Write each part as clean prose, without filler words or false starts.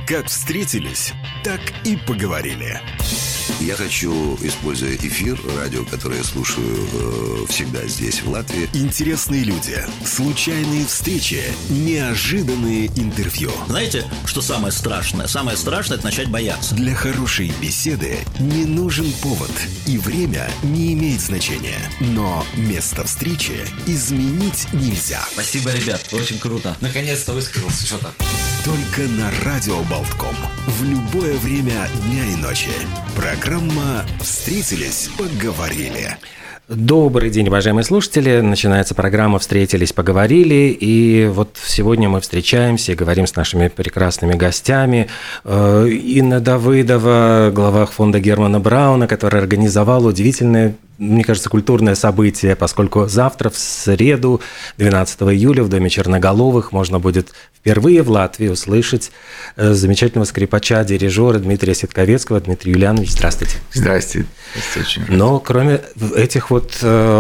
Как встретились, так и поговорили. Я хочу, используя эфир, радио, которое я слушаю всегда здесь, в Латвии. Интересные люди, случайные встречи, неожиданные интервью. Знаете, что самое страшное? Самое страшное – это начать бояться. Для хорошей беседы не нужен повод, и время не имеет значения. Но место встречи изменить нельзя. Спасибо, ребят, очень круто. Наконец-то высказался что-то. Только на Радио Болтком. В любое время дня и ночи. Программа «Встретились, поговорили». Добрый день, уважаемые слушатели. Начинается программа «Встретились, поговорили». И вот сегодня мы встречаемся и говорим с нашими прекрасными гостями. Инна Давыдова, глава фонда Германа Брауна, который организовал удивительное, мне кажется, культурное событие, поскольку завтра, в среду, 12 июля, в Доме Черноголовых можно будет впервые в Латвии услышать замечательного скрипача, дирижера Дмитрия Ситковецкого. Дмитрий Юлианович, здравствуйте. Здравствуйте. Но кроме этих вот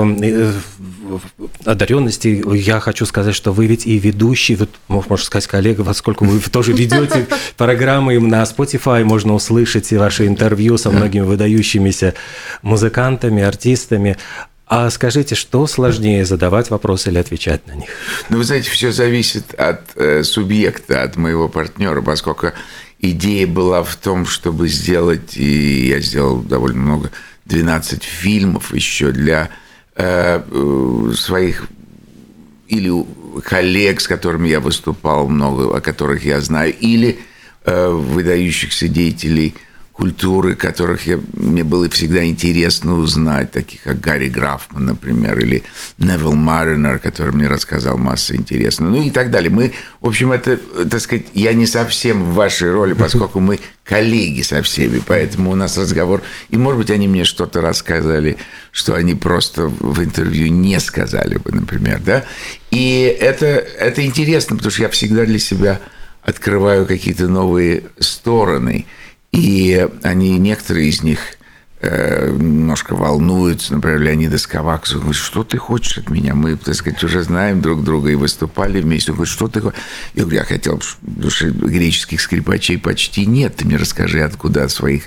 одаренностей, я хочу сказать, что вы ведь и ведущий, вот, можно сказать, коллега, поскольку вы тоже ведете программы, на Spotify можно услышать ваши интервью со многими выдающимися музыкантами, артистами. А скажите, что сложнее, задавать вопросы или отвечать на них? Ну, вы знаете, все зависит от субъекта, от моего партнера, поскольку идея была в том, чтобы сделать, и я сделал довольно много, 12 фильмов еще для своих или коллег, с которыми я выступал много, о которых я знаю, или выдающихся деятелей культуры, которых мне было всегда интересно узнать, таких как Гарри Графман, например, или Невил Маринер, который мне рассказал массу интересного, ну и так далее. Мы, в общем, это, так сказать, я не совсем в вашей роли, поскольку мы коллеги со всеми, поэтому у нас разговор, и, может быть, они мне что-то рассказали, что они просто в интервью не сказали бы, например, да, и это интересно, потому что я всегда для себя открываю какие-то новые стороны. И некоторые из них немножко волнуются. Например, Леонид Сковакс говорит: что ты хочешь от меня? Мы, так сказать, уже знаем друг друга и выступали вместе. Он говорит: что ты хочешь? Я говорю: я хотел, потому что греческих скрипачей почти нет. Ты мне расскажи, откуда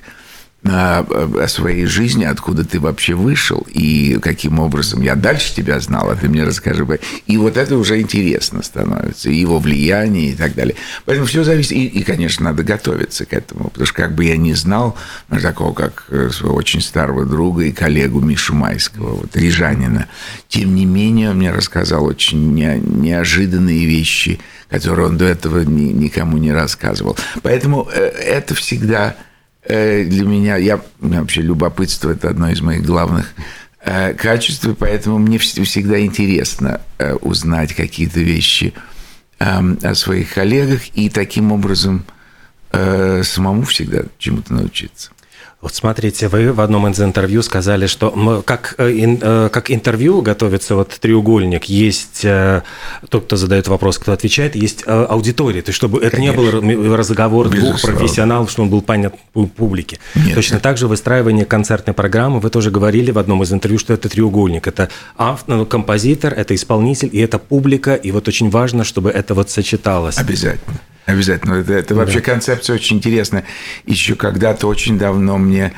о своей жизни, откуда ты вообще вышел и каким образом я дальше тебя знал, а ты мне расскажи. И вот это уже интересно становится, и его влияние и так далее. Поэтому все зависит, и, конечно, надо готовиться к этому, потому что как бы я не знал такого, как своего очень старого друга и коллегу Мишу Майского, вот, рижанина, тем не менее он мне рассказал очень неожиданные вещи, которые он до этого никому не рассказывал. Поэтому это всегда... Для меня, вообще любопытство – это одно из моих главных качеств, поэтому мне всегда интересно узнать какие-то вещи о своих коллегах и таким образом самому всегда чему-то научиться. Вот смотрите, вы в одном из интервью сказали, что как интервью готовится вот треугольник, есть тот, кто задает вопрос, кто отвечает, есть аудитория, то есть чтобы это не был разговор двух профессионалов, чтобы он был понятен публике. Нет, точно так же выстраивание концертной программы, вы тоже говорили в одном из интервью, что это треугольник, это автор, композитор, это исполнитель и это публика, и вот очень важно, чтобы это вот сочеталось. Обязательно. Обязательно. Это вообще концепция очень интересная. Еще когда-то очень давно мне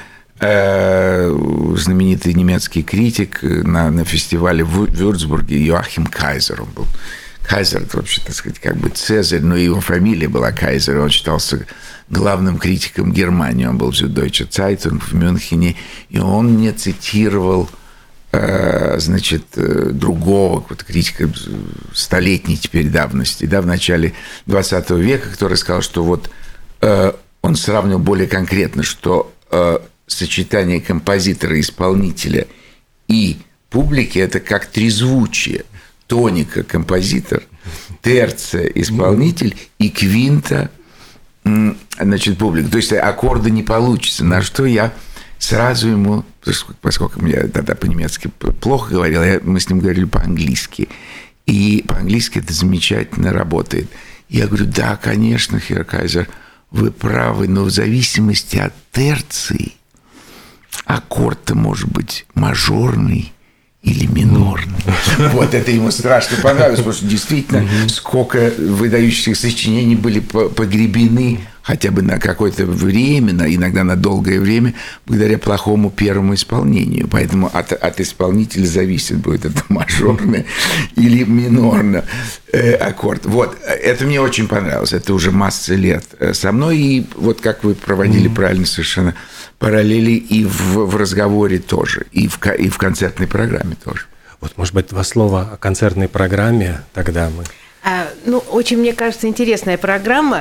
знаменитый немецкий критик на фестивале в Вюрцбурге Йоахим Кайзер, он был. Кайзер – это вообще, так сказать, как бы Цезарь, но его фамилия была Кайзер, он считался главным критиком Германии, он был в Süddeutsche Zeitung в Мюнхене, и он мне цитировал значит, другого критика столетней теперь давности, да, в начале 20 века, который сказал, что вот он сравнил более конкретно, что сочетание композитора, исполнителя и публики – это как трезвучие. Тоника – композитор, терция – исполнитель и квинта – значит, публика. То есть аккорда не получится, на что я сразу ему, поскольку я тогда по-немецки плохо говорил, мы с ним говорили по-английски. И по-английски это замечательно работает. Я говорю: да, конечно, Херр Кайзер, вы правы, но в зависимости от терции аккорд-то может быть мажорный или минорный. Вот это ему страшно понравилось, потому что действительно сколько выдающихся сочинений были погребены хотя бы на какое-то время, иногда на долгое время, благодаря плохому первому исполнению. Поэтому от исполнителя зависит, будет это мажорный или минорный аккорд. Вот, это мне очень понравилось. Это уже масса лет со мной. И вот как вы проводили правильно совершенно параллели и в разговоре тоже, и в концертной программе тоже. Вот, может быть, 2 слова о концертной программе тогда мы... Очень, мне кажется, интересная программа.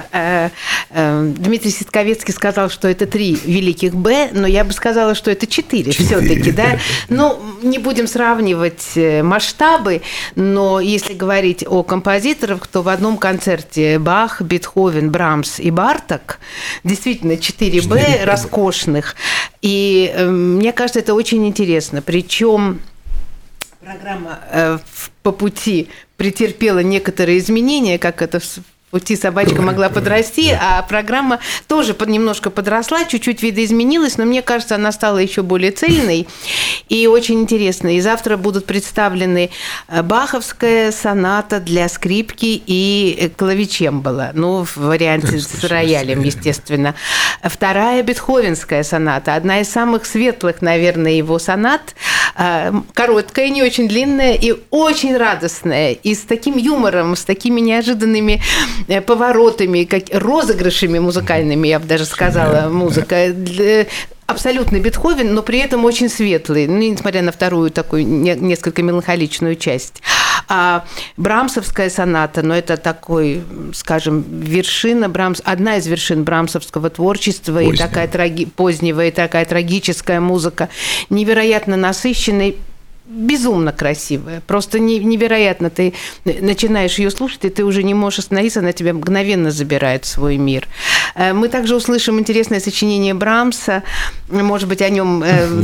Дмитрий Ситковецкий сказал, что это 3 великих «Б», но я бы сказала, что это 4 все-таки, да? Не будем сравнивать масштабы, но если говорить о композиторах, то в одном концерте Бах, Бетховен, Брамс и Барток действительно 4 «Б» роскошных. И мне кажется, это очень интересно. Причем программа по пути претерпела некоторые изменения, как это в пути собачка могла подрасти, а программа тоже немножко подросла, чуть-чуть видоизменилась, но мне кажется, она стала еще более цельной и очень интересной. И завтра будут представлены баховская соната для скрипки и клавичембала, в варианте с роялем, естественно. 2-я бетховенская соната, одна из самых светлых, наверное, его сонат, короткая, не очень длинная и очень радостная, и с таким юмором, с такими неожиданными поворотами, розыгрышами музыкальными, я бы даже сказала, музыка. Абсолютно Бетховен, но при этом очень светлый, несмотря на 2-ю такую несколько меланхоличную часть. А брамсовская соната, это такой, скажем, вершина одна из вершин брамсовского творчества, и такая позднего, и такая трагическая музыка, невероятно насыщенная, безумно красивая, просто невероятно. Ты начинаешь ее слушать, и ты уже не можешь остановиться, она тебя мгновенно забирает в свой мир. Мы также услышим интересное сочинение Брамса, может быть, о нем,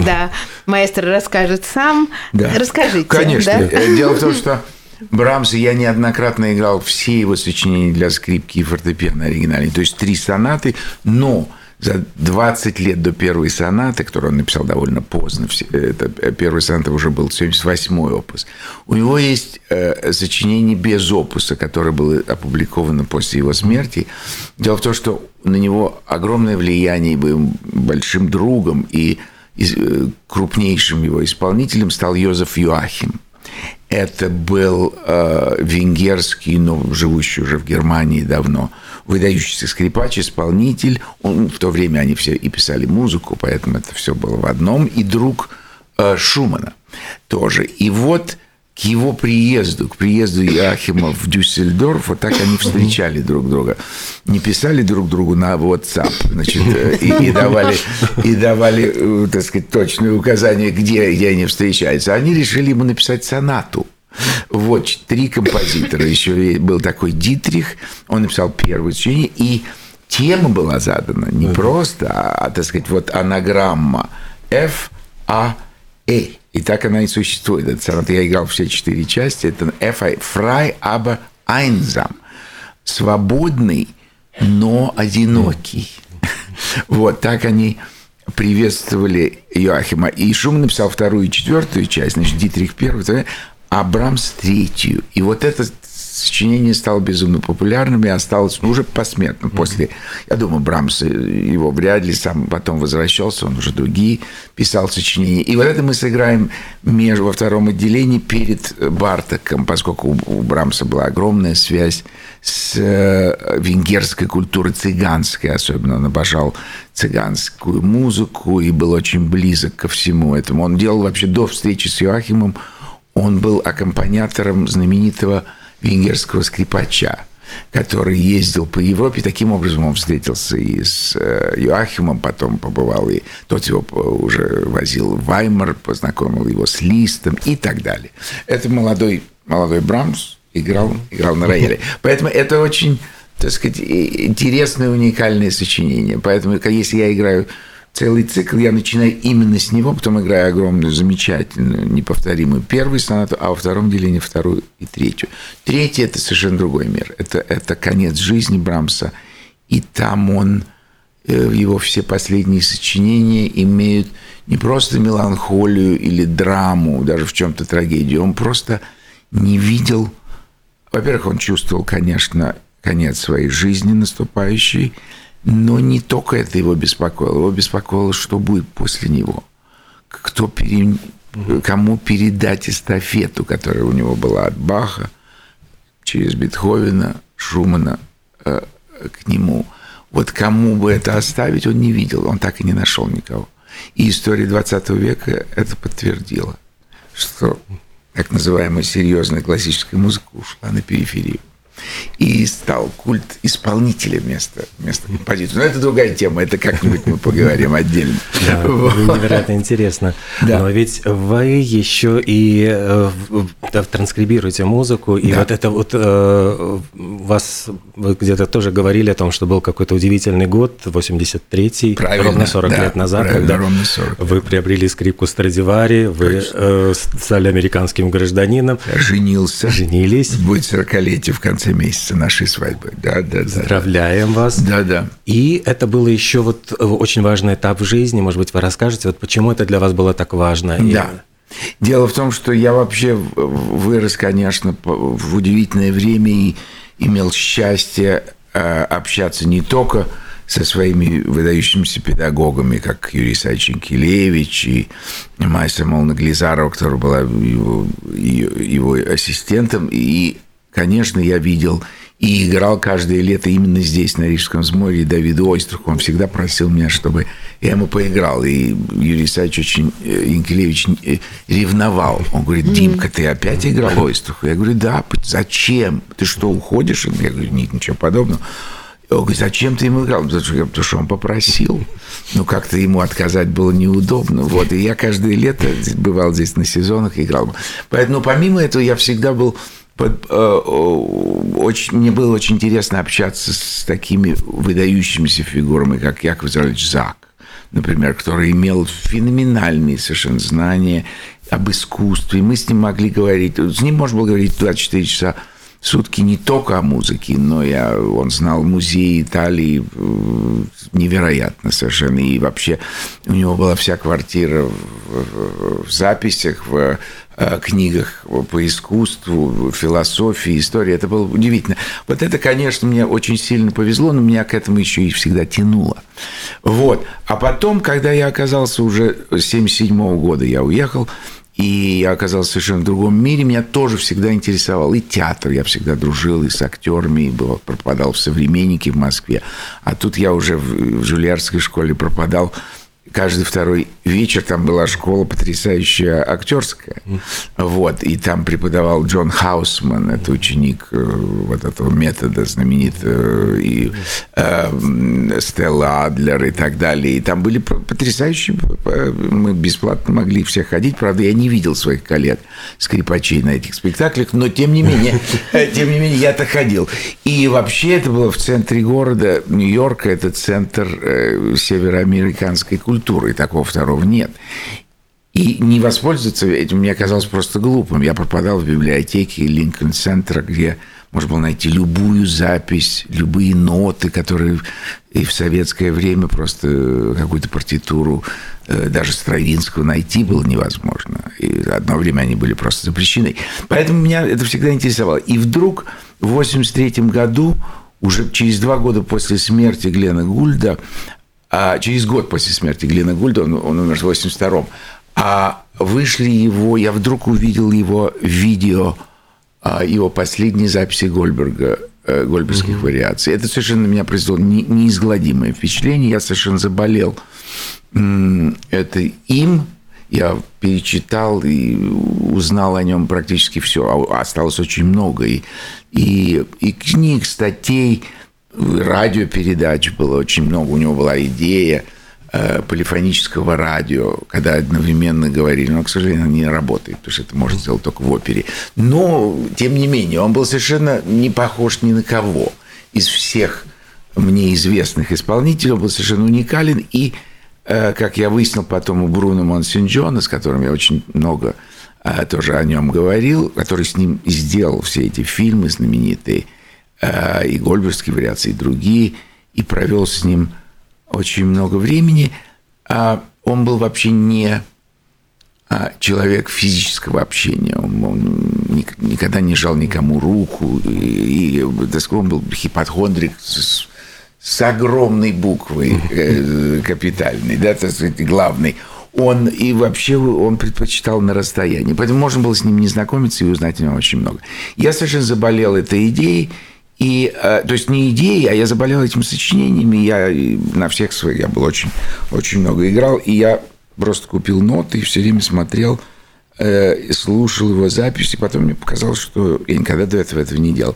маэстро расскажет сам. Да. Расскажите. Конечно. Да? Дело в том, что Брамса я неоднократно играл все его сочинения для скрипки и фортепиано оригинальные, то есть 3 сонаты, но за 20 лет до первой сонаты, которую он написал довольно поздно, первая соната уже был 78-й опус, у него есть сочинение без опуса, которое было опубликовано после его смерти. Дело в том, что на него огромное влияние, был большим другом и крупнейшим его исполнителем стал Йозеф Йоахим. Это был венгерский, но живущий уже в Германии давно, выдающийся скрипач, исполнитель. В то время они все и писали музыку, поэтому это все было в одном. И друг Шумана тоже. И вот к его приезду, Йоахима в Дюссельдорф, вот так они встречали друг друга. Не писали друг другу на WhatsApp, значит, и давали, так сказать, точные указания, где они встречаются. Они решили ему написать сонату. Вот 3 композитора. Еще был такой Дитрих, он написал первое сочинение, и тема была задана не просто, так сказать, вот анаграмма F-A-E. И так она и существует. Эта соната, я играл все 4 части. Это F-A-E. Frei, aber einsam. Свободный, но одинокий. Вот так они приветствовали Йоахима. И Шуман написал 2-ю и 4-ю часть, значит, Дитрих 1-ю, а Брамс 3-ю. И вот это сочинение стало безумно популярным и осталось уже посмертно. После, я думаю, Брамс его вряд ли сам потом возвращался, он уже другие писал сочинения. И вот это мы сыграем во 2-м отделении перед Бартоком, поскольку у Брамса была огромная связь с венгерской культурой, цыганской особенно. Он обожал цыганскую музыку и был очень близок ко всему этому. Он делал вообще до встречи с Йоахимом, он был аккомпаниатором знаменитого венгерского скрипача, который ездил по Европе. Таким образом он встретился и с Йоахимом, потом побывал, и тот его уже возил в Ваймар, познакомил его с Листом и так далее. Это молодой Брамс играл на рояле. Поэтому это очень, так сказать, интересное, уникальное сочинение. Поэтому, если я играю целый цикл, я начинаю именно с него, потом играю огромную, замечательную, неповторимую 1-ю сонату, а во 2-м отделении 2-ю и 3-ю. 3-я – это совершенно другой мир. Это конец жизни Брамса, и там его все последние сочинения имеют не просто меланхолию или драму, даже в чем-то трагедию. Он просто не видел... Во-первых, он чувствовал, конечно, конец своей жизни наступающий, Но не только это его беспокоило. Его беспокоило, что будет после него. Кому передать эстафету, которая у него была от Баха через Бетховена, Шумана к нему. Вот кому бы это оставить, он не видел. Он так и не нашел никого. И история 20 века это подтвердила, что так называемая серьезная классическая музыка ушла на периферию. И стал культ исполнителя вместо композитора. Но это другая тема, это как-нибудь мы поговорим отдельно. Да, невероятно интересно. Да. Но ведь вы еще и транскрибируете музыку, и вот это вот вы где-то тоже говорили о том, что был какой-то удивительный год, 83-й, ровно 40 лет назад, когда вы приобрели скрипку Страдивари, вы стали американским гражданином. Женились. Будет 40-летие в конце месяца нашей свадьбы. Да. Поздравляем вас. Да. И это было еще вот очень важный этап в жизни. Может быть, вы расскажете, вот почему это для вас было так важно? Да. Дело в том, что я вообще вырос, конечно, в удивительное время и имел счастье общаться не только со своими выдающимися педагогами, как Юрий Исаевич Инкелевич и Майя Самойловна Глизарова, которая была его ассистентом. И, конечно, я видел и играл каждое лето именно здесь, на Рижском взморье, Давиду Ойстраху. Он всегда просил меня, чтобы я ему поиграл. И Юрий Исаевич Инкелевич ревновал. Он говорит: Димка, ты опять играл Ойстраху? Я говорю: да. Зачем? Ты что, уходишь? Я говорю: нет, ничего подобного. Он говорит: зачем ты ему играл? Потому что он попросил. Ну, как-то ему отказать было неудобно. Вот. И я каждое лето бывал здесь на сезонах и играл. Поэтому, помимо этого, я всегда был... Мне было очень интересно общаться с такими выдающимися фигурами, как Яков Израилевич Зак, например, который имел феноменальные совершенно знания об искусстве. Мы с ним могли говорить... С ним можно было говорить 24 часа в сутки не только о музыке, но он знал музеи Италии невероятно совершенно. И вообще у него была вся квартира в записях, в книгах по искусству, философии, истории. Это было удивительно. Вот это, конечно, мне очень сильно повезло, но меня к этому еще и всегда тянуло. Вот. А потом, когда я оказался уже с 1977 года, я уехал, и я оказался совершенно в другом мире, меня тоже всегда интересовал и театр. Я всегда дружил и с актерами, и пропадал в «Современнике» в Москве. А тут я уже в Жульярдской школе пропадал каждый второй вечер. Там была школа потрясающая актерская. Вот. И там преподавал Джон Хаусман, это ученик вот этого метода знаменитого, и Стелла Адлер и так далее. И там были потрясающие... Мы бесплатно могли все ходить. Правда, я не видел своих коллег скрипачей на этих спектаклях, но тем не менее я-то ходил. И вообще это было в центре города Нью-Йорка. Это центр североамериканской культуры. И такого второго нет. И не воспользоваться этим мне казалось просто глупым. Я пропадал в библиотеке Линкольн-центра, где можно было найти любую запись, любые ноты, которые и в советское время просто какую-то партитуру даже Стравинского найти было невозможно. И одно время они были просто запрещены. Поэтому меня это всегда интересовало. И вдруг в 1983 году, уже через 2 года после смерти Глена Гульда, через год после смерти Глена Гульда, он умер в 1982-м, вышли я вдруг увидел его видео, его последней записи гольбергских вариаций. Это совершенно на меня произвело неизгладимое впечатление. Я совершенно заболел это им. Я перечитал и узнал о нем практически все. Осталось очень много. И книг, статей, радиопередач было очень много. У него была идея полифонического радио, когда одновременно говорили, но, к сожалению, не работает, потому что это можно сделать только в опере. Но, тем не менее, он был совершенно не похож ни на кого. Из всех мне известных исполнителей он был совершенно уникален. И, как я выяснил потом у Бруно Монсенджона, с которым я очень много тоже о нем говорил, который с ним сделал все эти фильмы знаменитые, и гольбергские вариации, и другие, и провел с ним очень много времени. Он был вообще не человек физического общения. Он никогда не жал никому руку. И он был хипохондрик с огромной буквой капитальной, да, так сказать, главной, он предпочитал на расстоянии. Поэтому можно было с ним не знакомиться и узнать о нем очень много. Я совершенно заболел этой идеей. То есть не идеей, а я заболел этими сочинениями. Я на всех своих, я был очень, очень много играл. И я просто купил ноты и все время смотрел, слушал его записи. Потом мне показалось, что я никогда до этого не делал.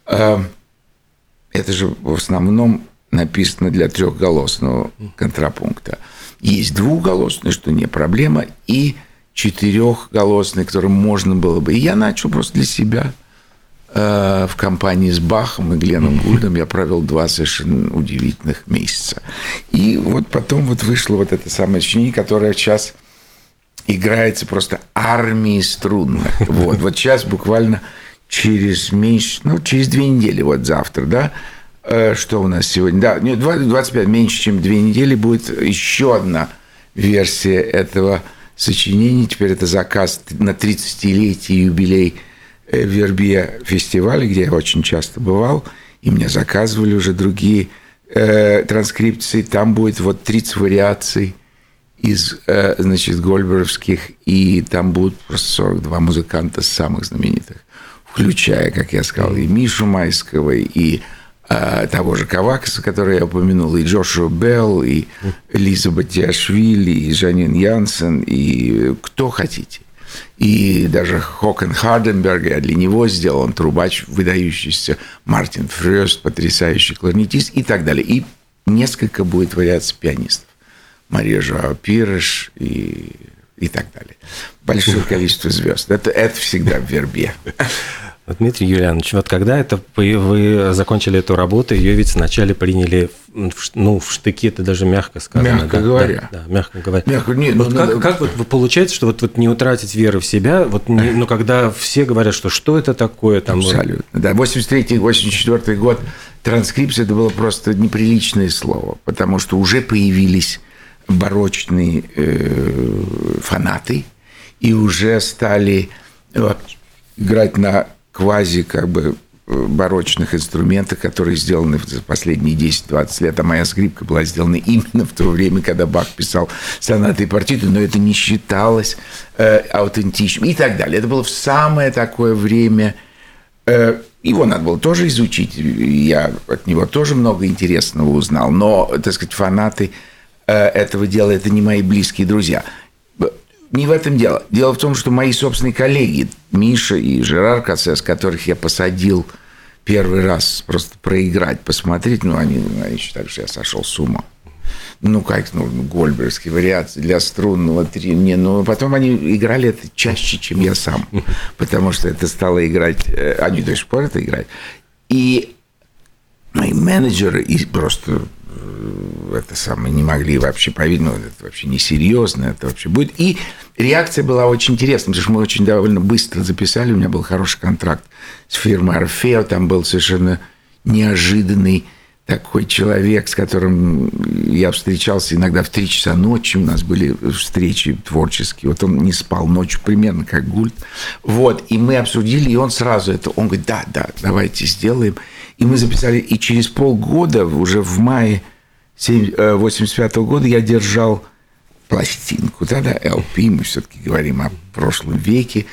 Это же в основном написано для трехголосного контрапункта. Есть двухголосный, что не проблема, и четырехголосный, которым можно было бы. И я начал просто для себя в компании с Бахом и Гленном Гульдом. Я провел 2 совершенно удивительных месяца. И вот потом вот вышло вот это самое сочинение, которое сейчас играется просто армией струнных. Вот сейчас буквально через месяц, через 2 недели, вот завтра, да. Что у нас сегодня? Да, 25, меньше, чем 2 недели будет еще одна версия этого сочинения. Теперь это заказ на 30-летие юбилей Вербье фестиваля, где я очень часто бывал, и мне заказывали уже другие транскрипции. Там будет вот 30 вариаций из, гольберовских, и там будут просто 42 музыканта самых знаменитых, включая, как я сказал, и Мишу Майского, и того же Кавакаса, который я упомянул, и Джошуа Белл, и Лиза Батиашвили, и Жанин Янсен, и кто хотите. И даже Хокон Харденберг, я для него сделал, он трубач выдающийся, Мартин Фрёст, потрясающий кларнетист и так далее. И несколько будет вариаций пианистов. Мария Жоао Пиреш и так далее. Большое количество звезд. Это всегда в Вербье. Дмитрий Юлианович, вот когда вы закончили эту работу, ее ведь вначале приняли в штыки, это даже мягко сказано. Мягко говоря. Да, мягко говоря. Как вот получается, что вот не утратить веры в себя, когда все говорят, что это такое? Там, абсолютно. Да, 83-84 год транскрипция – это было просто неприличное слово, потому что уже появились барочные фанаты и уже стали играть на квази барочных инструментах, которые сделаны за последние 10-20 лет, а моя скрипка была сделана именно в то время, когда Бах писал сонаты и партиты, но это не считалось аутентичным и так далее. Это было в самое такое время. Его надо было тоже изучить, я от него тоже много интересного узнал, но, так сказать, фанаты этого дела – это не мои близкие друзья. Не в этом дело. Дело в том, что мои собственные коллеги, Миша и Жерар Кассес, которых я посадил первый раз просто проиграть, посмотреть, они считали, что я сошел с ума. Гольберовские вариации для струнного трио. Потом они играли это чаще, чем я сам, потому что это стало играть, они до сих пор это играют. И мои менеджеры просто не могли вообще поверить, это вообще несерьезно, это вообще будет. И реакция была очень интересная, потому что мы очень довольно быстро записали, у меня был хороший контракт с фирмой Орфео, там был совершенно неожиданный такой человек, с которым я встречался иногда в 3 часа ночи, у нас были встречи творческие, вот он не спал ночью примерно как Гульд, и мы обсудили, и он сразу он говорит, да, давайте сделаем, и мы записали, и через полгода, уже в мае 1985 года я держал пластинку, LP, мы все-таки говорим о прошлом веке,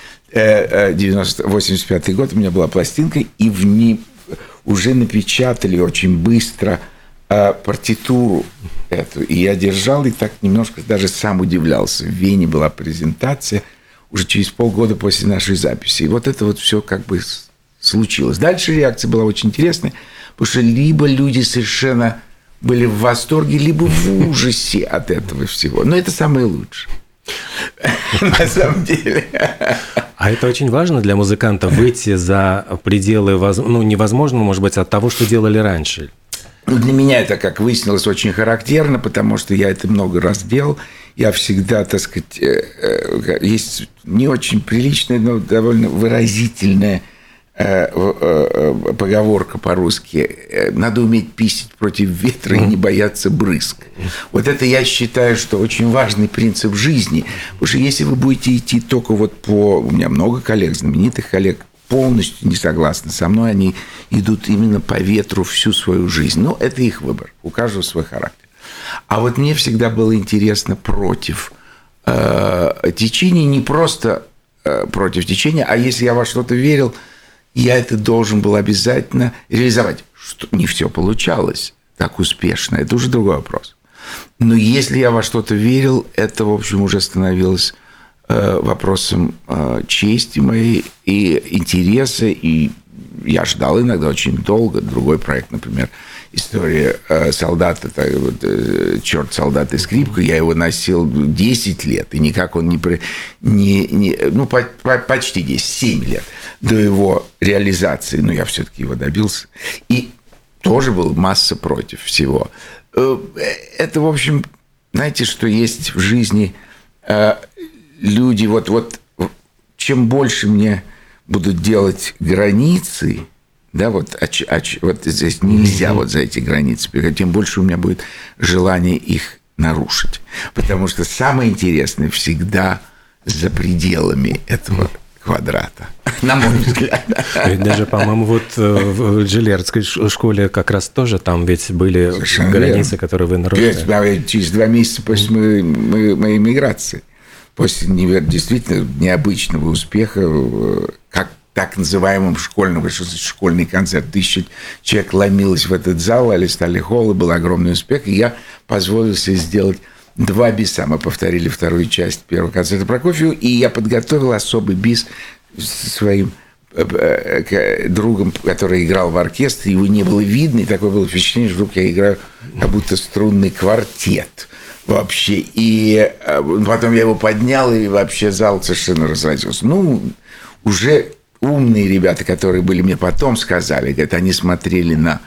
85 год у меня была пластинка, и в ней уже напечатали очень быстро партитуру эту. И я держал, и так немножко даже сам удивлялся. В Вене была презентация уже через полгода после нашей записи. И вот это все случилось. Дальше реакция была очень интересная, потому что либо люди совершенно были в восторге, либо в ужасе от этого всего. Но это самое лучшее. На самом деле. А это очень важно для музыканта выйти за пределы невозможного, может быть, от того, что делали раньше. Для меня это, как выяснилось, очень характерно, потому что я это много раз делал. Я всегда, так сказать, есть не очень приличная, но довольно выразительная поговорка по-русски. Надо уметь писать против ветра и не бояться брызг. Вот это, я считаю, что очень важный принцип жизни. Потому что если вы будете идти только У меня много коллег, знаменитых коллег, полностью не согласны со мной, они идут именно по ветру всю свою жизнь. Ну, это их выбор, у каждого свой характер. А вот мне всегда было интересно против течения, не просто против течения, а если я во что-то верил, я это должен был обязательно реализовать. Что не все получалось так успешно, это уже другой вопрос. Но если я во что-то верил, это, в общем, уже становилось вопросом чести моей и интереса, и я ждал иногда очень долго. Другой проект, например, история солдата, «Черт, солдат и скрипка», я его носил 10 лет, и никак он почти 10, 7 лет до его реализации, но я все-таки его добился. И тоже была масса против всего. Это, в общем, знаете, что есть в жизни люди, вот чем больше мне будут делать границы, да, вот здесь нельзя вот за эти границы переходить, тем больше у меня будет желание их нарушить. Потому что самое интересное всегда за пределами этого квадрата, на мой взгляд. Ведь даже, по-моему, вот в Жилердской школе как раз тоже там ведь были совершенно границы, верно, которые вы нарушили. Через 2 месяца после моей миграции, после действительно необычного успеха, как так называемым школьным, что значит школьный концерт, 1000 человек ломилось в этот зал, Алистали Холл, и был огромный успех, и я позволил себе сделать 2 биса. Мы повторили вторую часть первого концерта Прокофьева, и я подготовил особый бис со своим другом, который играл в оркестре, его не было видно, и такое было впечатление, что вдруг я играю как будто струнный квартет вообще. И потом я его поднял, и вообще зал совершенно разразился. Ну, уже умные ребята, которые были, мне потом сказали, говорят, они смотрели на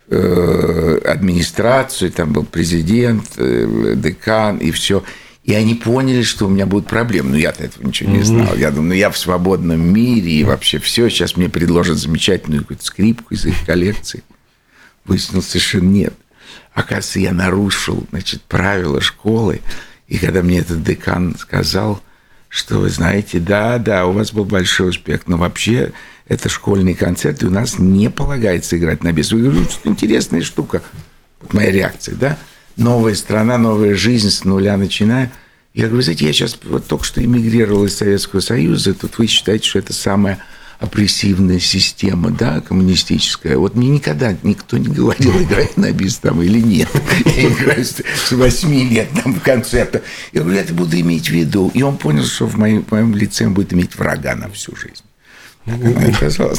администрацию, там был президент, декан и все, и они поняли, что у меня будут проблемы. Но я-то этого ничего не знал. Я думаю, я в свободном мире, и вообще все. Сейчас мне предложат замечательную какую-то скрипку из их коллекции. Выяснилось, совершенно нет. Оказывается, я нарушил, правила школы. И когда мне этот декан сказал, что, вы знаете, да, у вас был большой успех, но вообще это школьный концерт, и у нас не полагается играть на бис. Я говорю, что интересная штука. Вот моя реакция, да? Новая страна, новая жизнь, с нуля начиная. Я говорю, знаете, я сейчас вот только что эмигрировал из Советского Союза, тут вы считаете, что это самая опрессивная система, да, коммунистическая. Вот мне никогда никто не говорил, играть на бис там или нет. Я играю с 8 лет там в концертах. Я говорю, я это буду иметь в виду. И он понял, что в моем лице он будет иметь врага на всю жизнь. Так оно и казалось.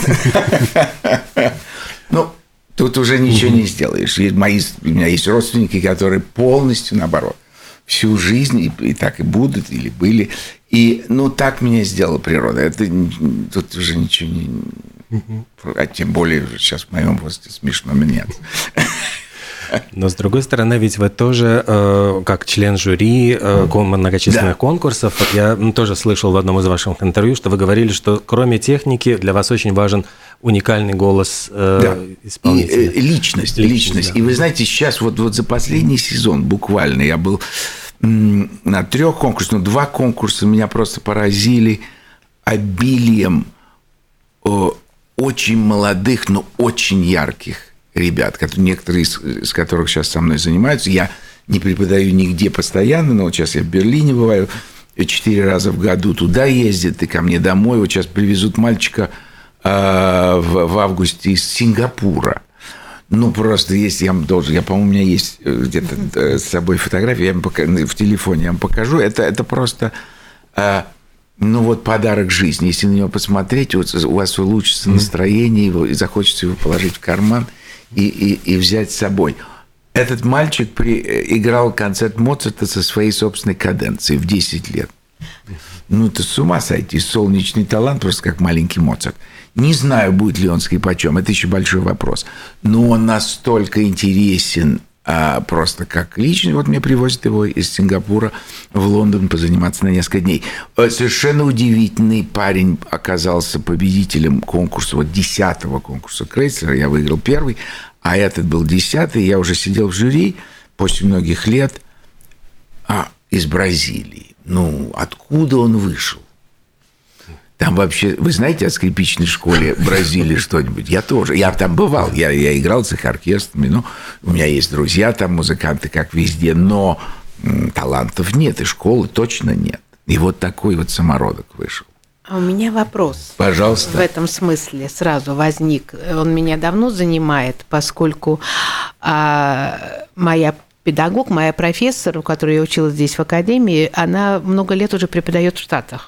Ну, тут уже ничего не сделаешь. У меня есть родственники, которые полностью, наоборот, всю жизнь и так и будут, или были. И, так меня сделала природа. Это тут уже ничего не... А тем более сейчас в моем возрасте смешно меняться. Но, с другой стороны, ведь вы тоже, как член жюри многочисленных конкурсов, я тоже слышал в одном из ваших интервью, что вы говорили, что кроме техники для вас очень важен уникальный голос исполнителя. И личность. Да. И вы знаете, сейчас вот за последний сезон буквально я был на 3 конкурсах, 2 конкурса меня просто поразили обилием очень молодых, но очень ярких ребят, некоторые из которых сейчас со мной занимаются. Я не преподаю нигде постоянно, но вот сейчас я в Берлине бываю 4 раза в году, туда ездят и ко мне домой. Вот сейчас привезут мальчика в августе из Сингапура. Просто если я должен... По-моему, у меня есть где-то с собой фотография, в телефоне я вам покажу. Это просто... подарок жизни. Если на него посмотреть, у вас улучшится настроение, и захочется его положить в карман и взять с собой. Этот мальчик играл концерт Моцарта со своей собственной каденцией в 10 лет. Это с ума сойти. Солнечный талант, просто как маленький Моцарт. Не знаю, будет ли он скрипачом, это еще большой вопрос. Но он настолько интересен просто как личность. Вот мне привозят его из Сингапура в Лондон позаниматься на несколько дней. Совершенно удивительный парень оказался победителем конкурса, 10-го конкурса Крейцлера. Я выиграл 1-й, а этот был 10-й. Я уже сидел в жюри после многих лет из Бразилии. Откуда он вышел? Там вообще, вы знаете о скрипичной школе Бразилии что-нибудь? Я тоже. Я там бывал. Я играл с их оркестрами. Ну, у меня есть друзья там, музыканты, как везде. Но талантов нет, и школы точно нет. И вот такой вот самородок вышел. А у меня вопрос. Пожалуйста. В этом смысле сразу возник. Он меня давно занимает, поскольку моя педагог, моя профессор, у которой я училась здесь в академии, она много лет уже преподает в Штатах.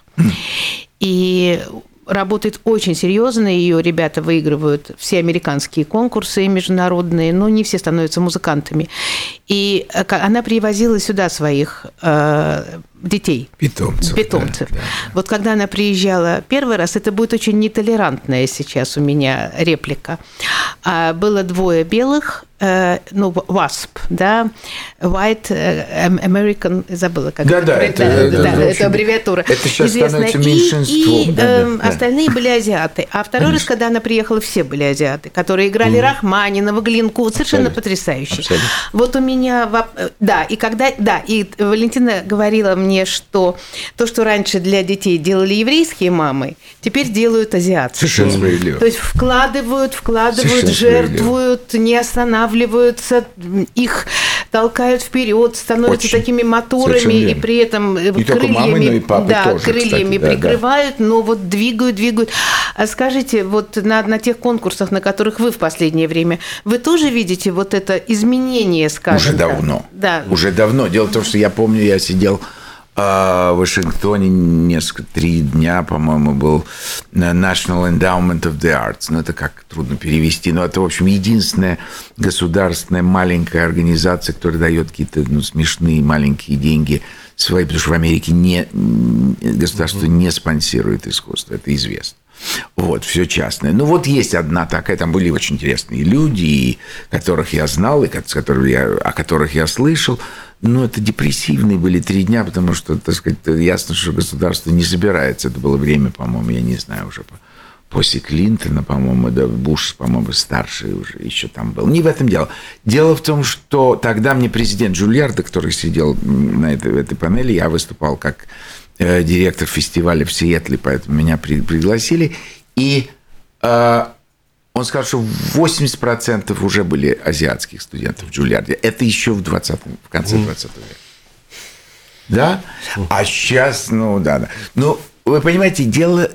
И работает очень серьезно, ее ребята выигрывают все американские конкурсы международные, но не все становятся музыкантами. И она привозила сюда своих детей. Питомцев. Да. Вот когда она приезжала первый раз, это будет очень нетолерантная сейчас у меня реплика. Было 2 белых, WASP, да, White American, забыла, как это аббревиатура. Это сейчас известная. Становится меньшинством. Остальные были азиаты. А второй раз, когда она приехала, все были азиаты, которые играли Рахманинова, Глинку, совершенно потрясающе. Абсолютно. Вот у меня, и Валентина говорила мне, что то, что раньше для детей делали еврейские мамы, теперь делают азиатские. Совершенно справедливо. То есть вкладывают, жертвуют, не останавливаются, их толкают вперед, становятся такими моторами, и при этом крыльями прикрывают, но вот двигают. А скажите, вот на тех конкурсах, на которых вы в последнее время, вы тоже видите вот это изменение, скажем Уже так? давно. Да. Уже давно. Дело в том, что я помню, я сидел в Вашингтоне 3 дня, по-моему, был National Endowment of the Arts. Ну, это как трудно перевести. Но это, в общем, единственная государственная маленькая организация, которая дает какие-то смешные маленькие деньги свои, потому что в Америке государство не спонсирует искусство. Это известно. Вот, все частное. Ну, вот есть одна такая, там были очень интересные люди, которых я знал, и о которых я слышал. Но это депрессивные были 3 дня, потому что, так сказать, ясно, что государство не собирается. Это было время, по-моему, я не знаю, уже после Клинтона, по-моему, да, Буш, по-моему, старший уже еще там был. Не в этом дело. Дело в том, что тогда мне президент Джульярдо, который сидел на этой панели, я выступал как директор фестиваля в Сиэтле, поэтому меня пригласили. И он сказал, что 80% уже были азиатских студентов в Джульярде. Это еще в конце 20 века. Да? А сейчас, да. Ну, вы понимаете,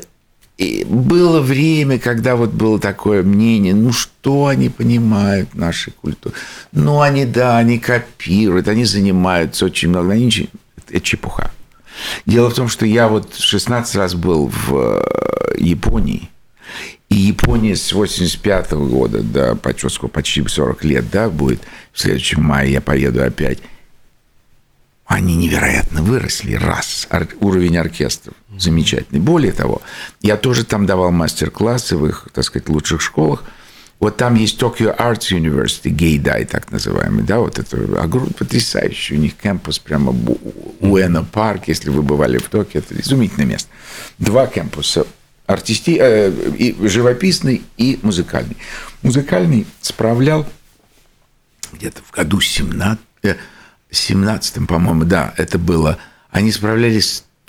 было время, когда вот было такое мнение, что они понимают нашей культуры. Они копируют, они занимаются очень много. Это чепуха. Дело в том, что я вот 16 раз был в Японии, и Япония с 85 года до почти 40 лет, да, будет в следующем мае, я поеду опять. Они невероятно выросли, уровень оркестров замечательный. Более того, я тоже там давал мастер-классы в их, так сказать, лучших школах. Вот там есть Tokyo Arts University, Гейдай так называемый, да, вот это потрясающий у них кампус прямо Уэно Парк, если вы бывали в Токио, это изумительное место. 2 кампуса, живописный и музыкальный. Музыкальный справлял где-то в году 17-м, по-моему, да, это было, они справляли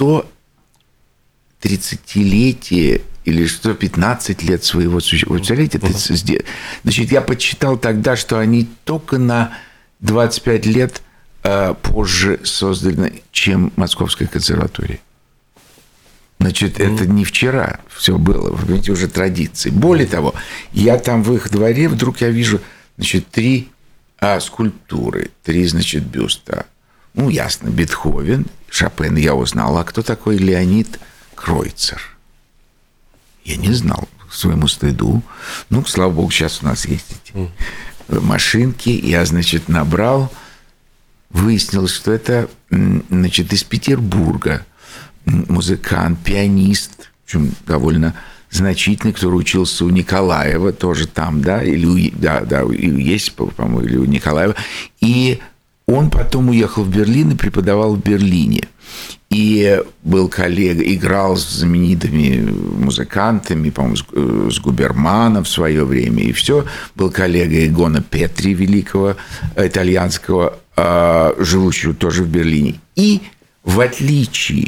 130-летие или 115 лет своего существования. Вы представляете, значит, я подсчитал тогда, что они только на 25 лет позже созданы, чем Московская консерватория. Значит, это не вчера все было, вы понимаете, уже традиции. Более того, я там в их дворе, вдруг я вижу, значит, 3 скульптуры, 3, значит, бюста. Ну, ясно, Бетховен, Шопен я узнал. А кто такой Леонид Кройцер? Я не знал, к своему стыду. Ну, слава богу, сейчас у нас есть эти машинки. Я, значит, набрал. Выяснилось, что это, значит, из Петербурга музыкант, пианист, причем довольно значительный, который учился у Николаева, тоже там, да, или есть, по-моему, или у Николаева. И он потом уехал в Берлин и преподавал в Берлине. И был коллега, играл с знаменитыми музыкантами, по-моему, с Губерманом в свое время, и все. Был коллега Игона Петри, великого итальянского, живущего тоже в Берлине. И в отличие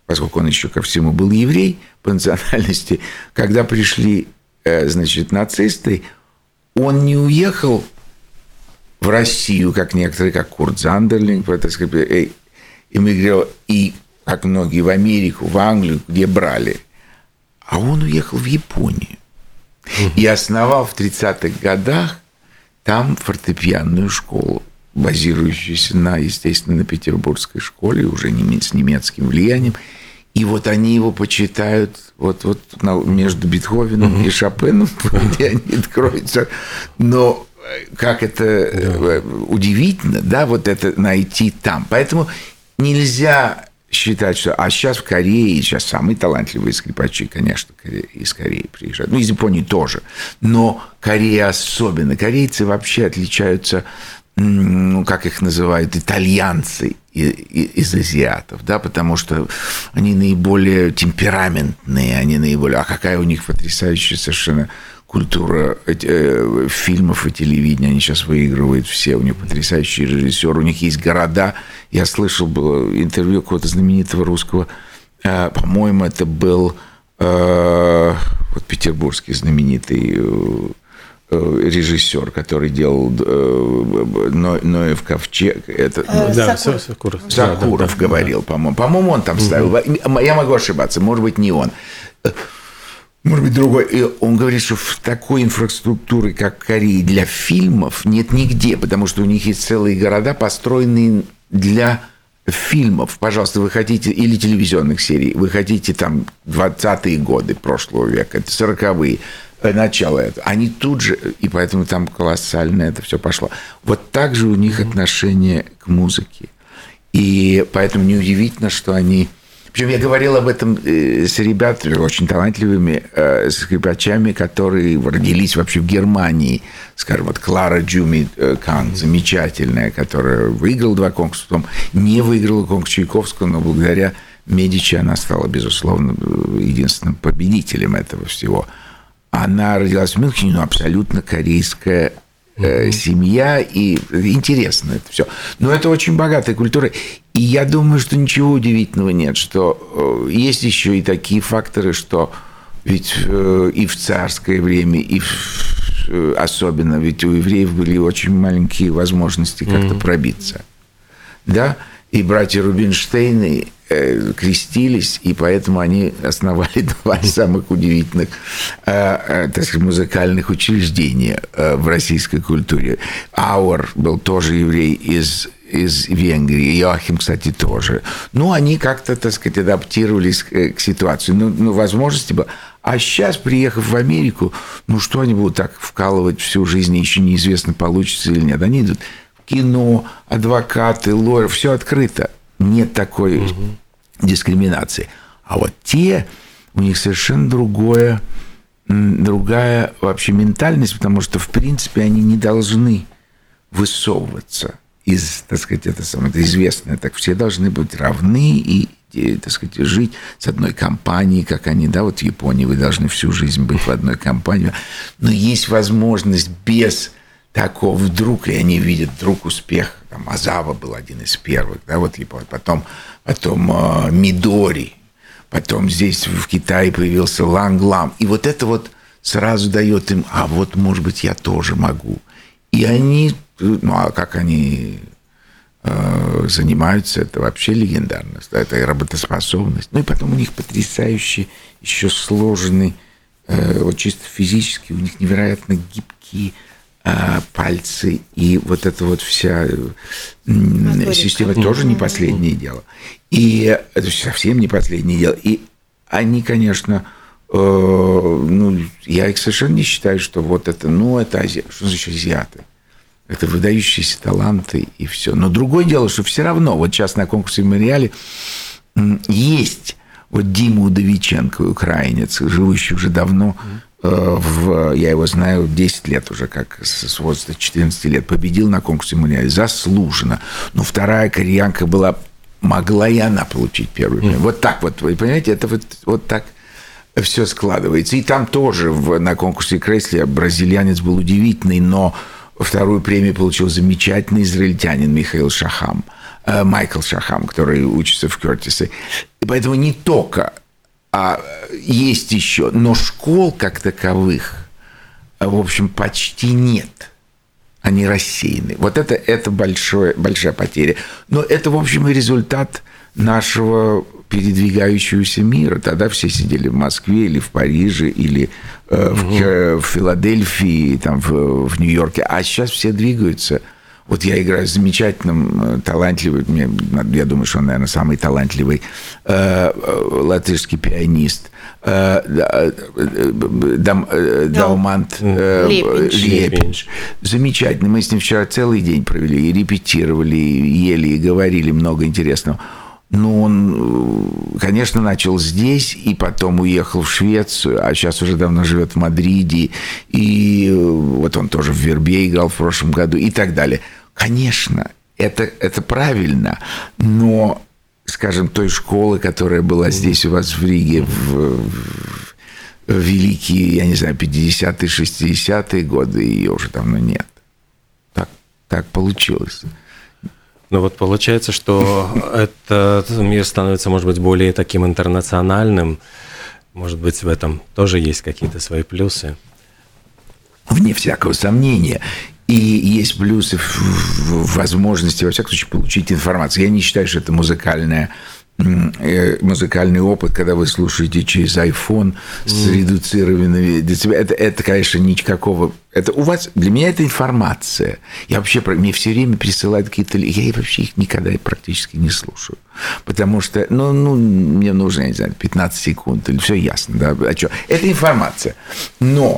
поскольку он еще ко всему был еврей по национальности, когда пришли, значит, нацисты, он не уехал в Россию, как некоторые, как Курт Зандерлинг, эмигрировал, и, как многие, в Америку, в Англию, где брали. А он уехал в Японию. И основал в 30-х годах там фортепианную школу, базирующуюся естественно, на петербургской школе, уже с немецким влиянием. И вот они его почитают вот между Бетховеном и Шопеном, Леонид Кройцер. Но как это удивительно, да, вот это найти там. Поэтому нельзя считать, что... А сейчас в Корее, сейчас самые талантливые скрипачи, конечно, из Кореи приезжают. Ну, из Японии тоже. Но Корея особенно. Корейцы вообще отличаются, ну, как их называют, итальянцы из азиатов, да, потому что они наиболее темпераментные, они наиболее... А какая у них потрясающая совершенно культура фильмов и телевидения. Они сейчас выигрывают все. У них потрясающий режиссер. У них есть города. Я слышал было интервью какого-то знаменитого русского. По-моему, это был вот петербургский знаменитый режиссер, который делал Ноев ковчег. Сакуров говорил, по-моему. По-моему, он там ставил. Я могу ошибаться. Может быть, не он. Может быть, другой. И он говорит, что в такой инфраструктуре, как в Корее, для фильмов нет нигде, потому что у них есть целые города, построенные для фильмов. Пожалуйста, вы хотите, или телевизионных серий, вы хотите там 20-е годы прошлого века, это 40-е, начало этого. Они тут же, и поэтому там колоссально это все пошло. Вот так же у них отношение к музыке. И поэтому неудивительно, что они... Причем я говорил об этом с ребятами, очень талантливыми скрипачами, которые родились вообще в Германии. Скажем, вот Клара Джуми Кан, замечательная, которая выиграла 2 конкурса, потом не выиграла конкурс Чайковского, но благодаря Медичи она стала, безусловно, единственным победителем этого всего. Она родилась в Мюнхене, но абсолютно корейская семья, и интересно это все. Но это очень богатая культура. И я думаю, что ничего удивительного нет, что есть еще и такие факторы, что ведь и в царское время, и особенно ведь у евреев были очень маленькие возможности как-то пробиться. Да? И братья Рубинштейны крестились, и поэтому они основали 2 самых удивительных, так сказать, музыкальных учреждения в российской культуре. Ауэр был тоже еврей из Венгрии, Йоахим, кстати, тоже. Ну, они как-то, так сказать, адаптировались к ситуации. Ну, возможности было. А сейчас, приехав в Америку, ну, что они будут так вкалывать всю жизнь, еще неизвестно, получится или нет. Они идут в кино, адвокаты, лоеры, все открыто. Нет такой дискриминации. А вот у них совершенно другая вообще ментальность, потому что, в принципе, они не должны высовываться из, так сказать, это известно, так все должны быть равны и, так сказать, жить с одной компанией, как они, да, вот в Японии вы должны всю жизнь быть в одной компании, но есть возможность без такого вдруг, и они видят вдруг успех. Там Азава был один из первых, да, вот потом Мидори, потом здесь в Китае появился Ланглам, и вот это вот сразу дает им, а вот, может быть, я тоже могу. И они, ну, а как они занимаются, это вообще легендарно, это и работоспособность. Ну, и потом у них потрясающий, еще сложный, вот чисто физически, у них невероятно гибкие пальцы, и вот эта вот вся система тоже не последнее дело. И это совсем не последнее дело. И они, конечно, ну, я их совершенно не считаю, что вот это, ну, это азиаты. Что значит азиаты? Это выдающиеся таланты и все. Но другое дело, что все равно, вот сейчас на конкурсе в Монреале есть вот Дима Удовиченко, украинец, живущий уже давно, я его знаю 10 лет уже, как с возраста 14 лет, победил на конкурсе в Монреале, заслуженно. Но вторая кореянка была, могла и она получить первую премию. Вот так вот, вы понимаете, это вот так все складывается. И там тоже на конкурсе Креслера бразильянец был удивительный, но вторую премию получил замечательный израильтянин Михаил Шахам. Майкл Шахам, который учится в Кёртисе. И поэтому не только, а есть еще, но школ как таковых, в общем, почти нет. Они рассеяны. Вот это большая потеря. Но это, в общем, и результат нашего передвигающегося мира. Тогда все сидели в Москве или в Париже, или в Филадельфии, там, в Нью-Йорке. А сейчас все двигаются. Вот я играю с замечательным, талантливым, я думаю, что он, наверное, самый талантливый латышский пианист, Даумант Лепинш. Замечательный. Мы с ним вчера целый день провели, и репетировали, и ели, и говорили много интересного. Но он, конечно, начал здесь, и потом уехал в Швецию, а сейчас уже давно живет в Мадриде, и вот он тоже в Вербье играл в прошлом году, и так далее. Конечно, это правильно, но, скажем, той школы, которая была здесь у вас в Риге в великие, я не знаю, 50-е, 60-е годы, ее уже давно нет. Так получилось. Ну вот получается, что этот мир становится, может быть, более таким интернациональным. Может быть, в этом тоже есть какие-то свои плюсы. Вне всякого сомнения. И есть плюсы в возможности, во всяком случае, получить информацию. Я не считаю, что это музыкальный опыт, когда вы слушаете через iPhone с редуцированными децибелами. Это, конечно, никакого... Это у вас... Для меня это информация. Я вообще... Мне все время присылают какие-то... Я вообще их никогда практически не слушаю. Потому что, мне нужно, я не знаю, 15 секунд, или все ясно, да? А что? Это информация. Но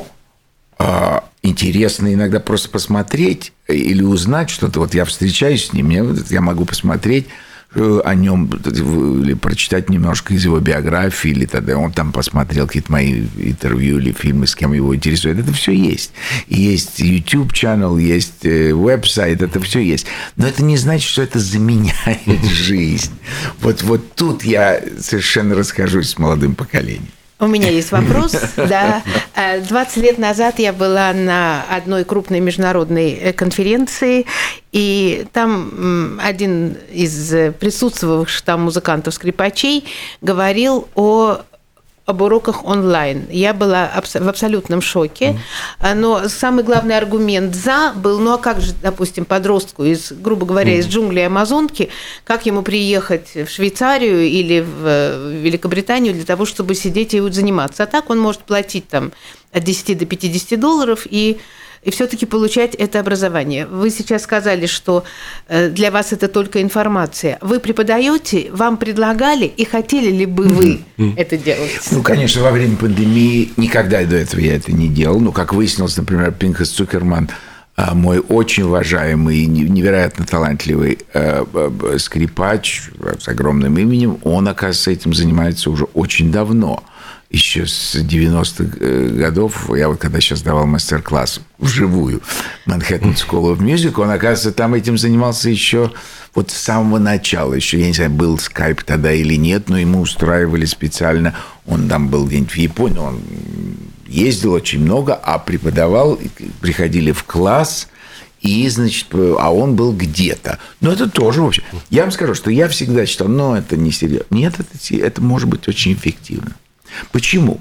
интересно иногда просто посмотреть или узнать что-то. Вот я встречаюсь с ним, я могу посмотреть о нем или прочитать немножко из его биографии, или тогда он там посмотрел какие-то мои интервью или фильмы, с кем его интересует. Это все есть. Есть YouTube-канал, есть веб-сайт, это все есть. Но это не значит, что это заменяет жизнь. Вот тут я совершенно расхожусь с молодым поколением. У меня есть вопрос. Да. 20 лет назад я была на одной крупной международной конференции, и там один из присутствовавших там музыкантов-скрипачей говорил об уроках онлайн. Я была в абсолютном шоке, но самый главный аргумент «за» был, а как же, допустим, подростку, грубо говоря, из джунглей Амазонки, как ему приехать в Швейцарию или в Великобританию для того, чтобы сидеть и заниматься. А так он может платить там от 10 до $50 и все-таки получать это образование. Вы сейчас сказали, что для вас это только информация. Вы преподаете, вам предлагали, и хотели ли бы вы это делать? Конечно, во время пандемии никогда до этого я это не делал. Как выяснилось, например, Пинхас Цукерман, мой очень уважаемый и невероятно талантливый скрипач с огромным именем, он, оказывается, этим занимается уже очень давно. Еще с 90-х годов, я вот когда сейчас давал мастер-класс вживую Manhattan School of Music, он, оказывается, там этим занимался еще вот с самого начала. Еще, я не знаю, был скайп тогда или нет, но ему устраивали специально. Он там был где-нибудь в Японии, он ездил очень много, а преподавал, приходили в класс, и, значит, а он был где-то. Но это тоже, в общем, я вам скажу, что я всегда считал, это не серьезно. Нет, это может быть очень эффективно. Почему?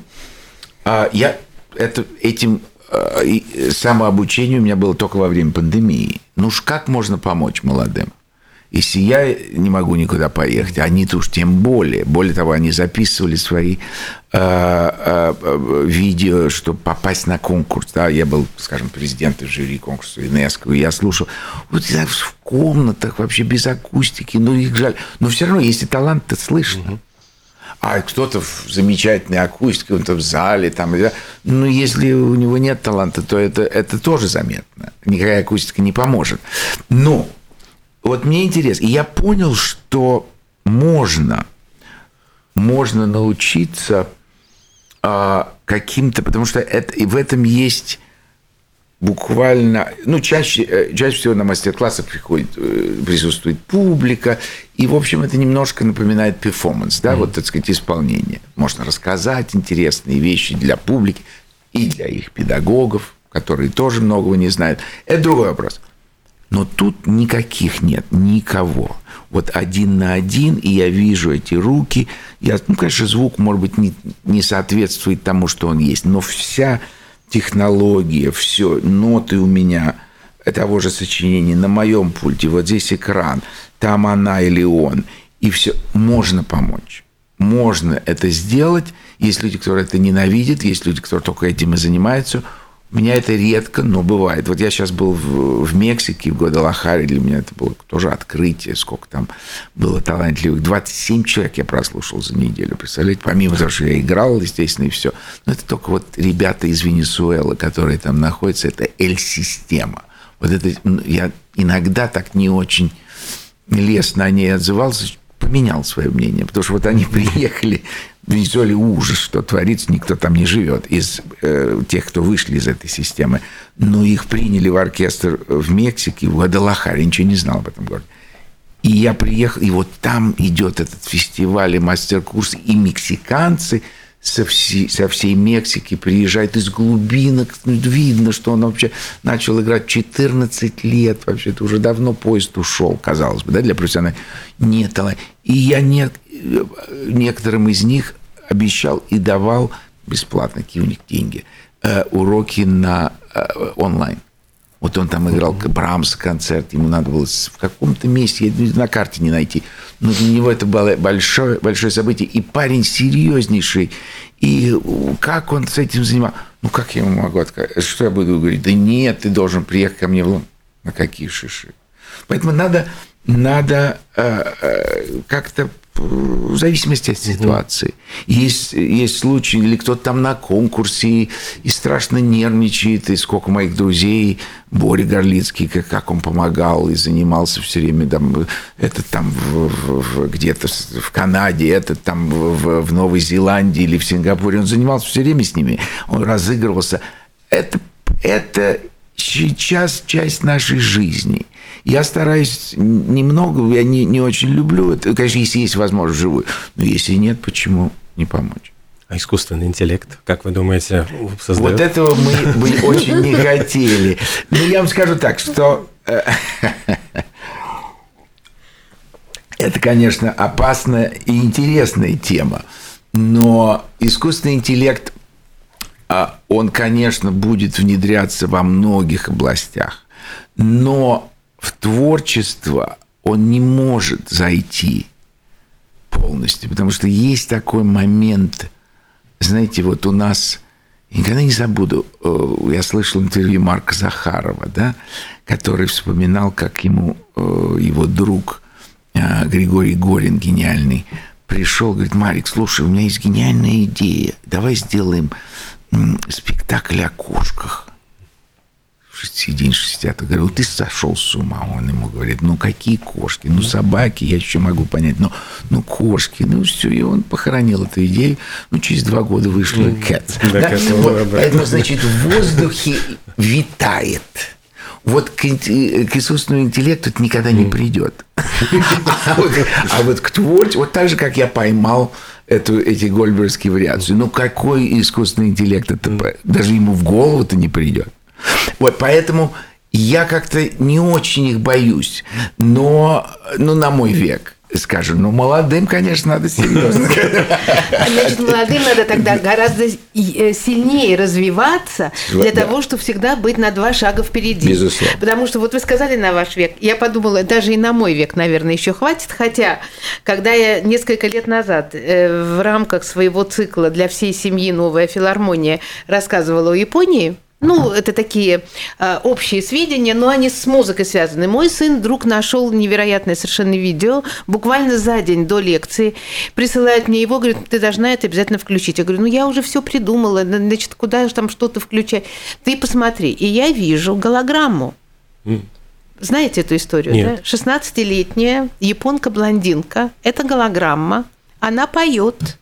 Этим самообучение у меня было только во время пандемии. Как можно помочь молодым? Если я не могу никуда поехать, они-то уж тем более. Более того, они записывали свои видео, чтобы попасть на конкурс. Да? Я был, скажем, президентом жюри конкурса ЮНЕСКО, и я слушал. Вот в комнатах вообще без акустики. Их жаль. Но все равно, если талант, то слышно. А кто-то в замечательной акустике, он-то в зале, если у него нет таланта, то это тоже заметно. Никакая акустика не поможет. Но вот мне интересно, и я понял, что можно научиться каким-то, потому что и в этом есть буквально, чаще всего на мастер-классах присутствует публика, и, в общем, это немножко напоминает перформанс, да, так сказать, исполнение. Можно рассказать интересные вещи для публики и для их педагогов, которые тоже многого не знают. Это другой вопрос. Но тут никаких нет, никого. вот 1 на 1, и я вижу эти руки. Конечно, звук, может быть, не соответствует тому, что он есть, но вся технология, все, ноты у меня того же сочинения на моем пульте, вот здесь экран, там она или он, и все, можно помочь. Можно это сделать. Есть люди, которые это ненавидят, есть люди, которые только этим и занимаются. У меня это редко, но бывает. Вот я сейчас был в Мексике, в Гвадалахаре, для меня это было тоже открытие, сколько там было талантливых. 27 человек я прослушал за неделю, представляете? Помимо того, что я играл, естественно, и все. Но это только вот ребята из Венесуэлы, которые там находятся, это Эль-система. Вот это я иногда так не очень лестно о ней отзывался, поменял свое мнение, потому что вот они приехали, в Венесуэле ужас, что творится, никто там не живет из тех, кто вышли из этой системы, но их приняли в оркестр в Мексике, в Гвадалахаре, ничего не знал об этом городе. И я приехал, и вот там идет этот фестиваль и мастер-курс, и мексиканцы со всей Мексики приезжают из глубинок. Видно, что он вообще начал играть 14 лет. Вообще, это уже давно поезд ушел, казалось бы, да, для профессиональных. Нет таланта. И я некоторым из них обещал и давал бесплатно, какие у них деньги, уроки на онлайн. Вот он там играл Брамс концерт, ему надо было в каком-то месте, на карте не найти. Но для него это было большое событие. И парень серьезнейший. И как он с этим занимался? Ну, как я ему могу отказать? Что я буду говорить? Да нет, ты должен приехать ко мне в Лондон. На какие шиши? Поэтому надо как-то в зависимости от ситуации. Есть случаи, или кто-то там на конкурсе и страшно нервничает, и сколько моих друзей, Боря Горлицкий, как он помогал и занимался все время, там, этот там где-то в Канаде, этот там в Новой Зеландии или в Сингапуре, он занимался все время с ними, он разыгрывался. Это сейчас часть нашей жизни. Я стараюсь немного, я не очень люблю это. Конечно, если есть возможность вживую. Но если нет, почему не помочь? А искусственный интеллект, как вы думаете, создает? Вот этого мы очень не хотели. Но я вам скажу так, что это, конечно, опасная и интересная тема. Но искусственный интеллект, он, конечно, будет внедряться во многих областях. Но в творчество он не может зайти полностью, потому что есть такой момент, знаете, вот у нас, никогда не забуду, я слышал интервью Марка Захарова, да, который вспоминал, как ему его друг Григорий Горин, гениальный, пришел, говорит: Марик, слушай, у меня есть гениальная идея, давай сделаем спектакль о кошках. День 60-х. Говорю: ты сошел с ума. Он ему говорит: ну, какие кошки? Ну, собаки, я еще могу понять. Ну, кошки. Ну, все. И он похоронил эту идею. Ну, через 2 года вышла Cats. Поэтому, значит, в воздухе витает. Вот к искусственному интеллекту это никогда не придет. А вот к творчеству, вот так же, как я поймал эти гольдбергские вариации. Ну, какой искусственный интеллект? Это даже ему в голову-то не придет. Вот, поэтому я как-то не очень их боюсь. Но на мой век, скажем, молодым, конечно, надо серьезно. Значит, молодым надо тогда гораздо сильнее развиваться для того, чтобы всегда быть на 2 шага впереди. Безусловно. Потому что вот вы сказали на ваш век, я подумала, даже и на мой век, наверное, еще хватит. Хотя, когда я несколько лет назад в рамках своего цикла «Для всей семьи новая филармония» рассказывала о Японии, ну, это такие общие сведения, но они с музыкой связаны. Мой сын вдруг нашел невероятное совершенно видео, буквально за день до лекции, присылает мне его, говорит: ты должна это обязательно включить. Я говорю: ну, я уже все придумала, значит, куда же там что-то включать? Ты посмотри. И я вижу голограмму. Знаете эту историю? Нет. Да? 16-летняя японка-блондинка, это голограмма, она поет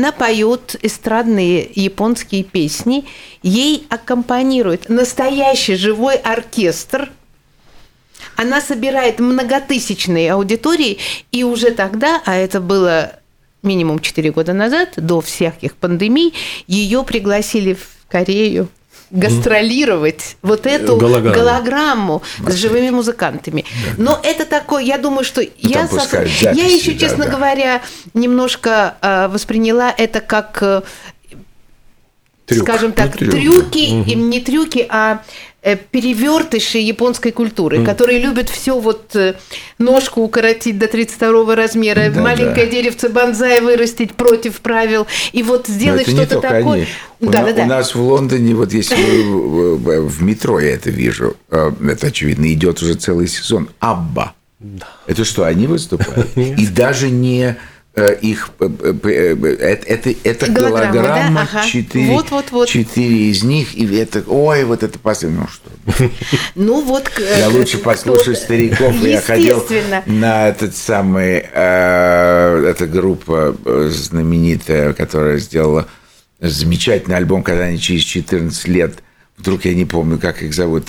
эстрадные японские песни, ей аккомпанирует настоящий живой оркестр, она собирает многотысячные аудитории, и уже тогда, а это было минимум 4 года назад, до всяких пандемий, ее пригласили в Корею, гастролировать вот эту голограмму с живыми музыкантами. Но это такое, я думаю, что я еще, честно говоря, немножко восприняла это как, скажем так, трюки, не трюки, а перевертыши японской культуры, которые любят все вот ножку укоротить до 32 размера, маленькое деревце бонсай вырастить против правил, и вот сделать что-то такое. У нас в Лондоне, вот если в метро я это вижу, это очевидно, идет уже целый сезон. Абба. Это что, они выступают? И даже не их... Это голограмма, 4 из них, и это... Ой, вот это последнее. Ну что? Ну вот... Я лучше послушаю стариков. Я ходил на этот самый... Эта группа знаменитая, которая сделала замечательный альбом, когда они через 14 лет... Вдруг я не помню, как их зовут.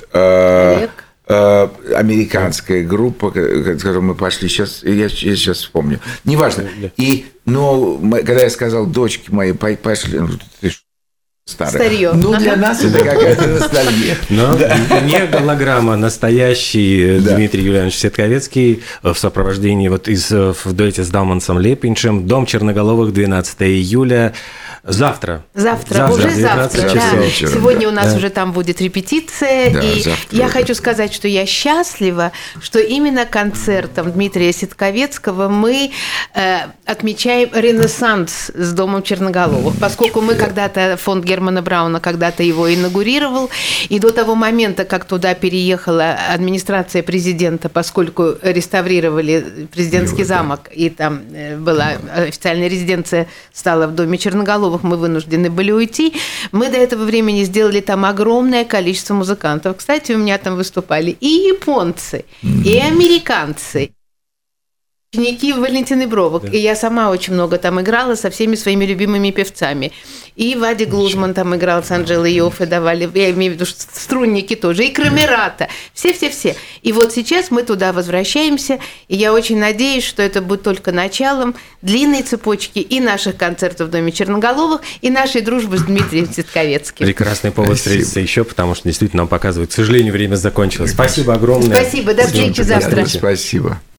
Американская группа, с которой мы пошли, я сейчас вспомню. Неважно. Но когда я сказал дочке моей, пошли, ты старое. Для нас это какая-то ностальгия. Но не голограмма, настоящий Дмитрий Юлианович Ситковецкий в сопровождении в дуэте с Далмансом Лепиншем. Дом Черноголовых, 12 июля. Завтра. Уже завтра. Сегодня у нас уже там будет репетиция. И я хочу сказать, что я счастлива, что именно концертом Дмитрия Ситковецкого мы отмечаем ренессанс с Домом Черноголовых, поскольку мы когда-то, фонд Германа Брауна когда-то его инаугурировал, и до того момента, как туда переехала администрация президента, поскольку реставрировали президентский замок, и там была официальная резиденция стала в Доме Черноголовых, мы вынуждены были уйти. Мы до этого времени сделали там огромное количество музыкантов. Кстати, у меня там выступали и японцы, и американцы, ученики Валентины Бровок. И я сама очень много там играла со всеми своими любимыми певцами. И Вади Глузман там играл с Анджелой Йоффе, давали, я имею в виду, струнники тоже, и Крамерата, все-все-все. И вот сейчас мы туда возвращаемся, и я очень надеюсь, что это будет только началом длинной цепочки и наших концертов в Доме Черноголовых, и нашей дружбы с Дмитрием Ситковецким. Прекрасный повод встретиться еще, потому что действительно нам показывают, к сожалению, время закончилось. Спасибо огромное. Спасибо, до встречи завтра. Спасибо.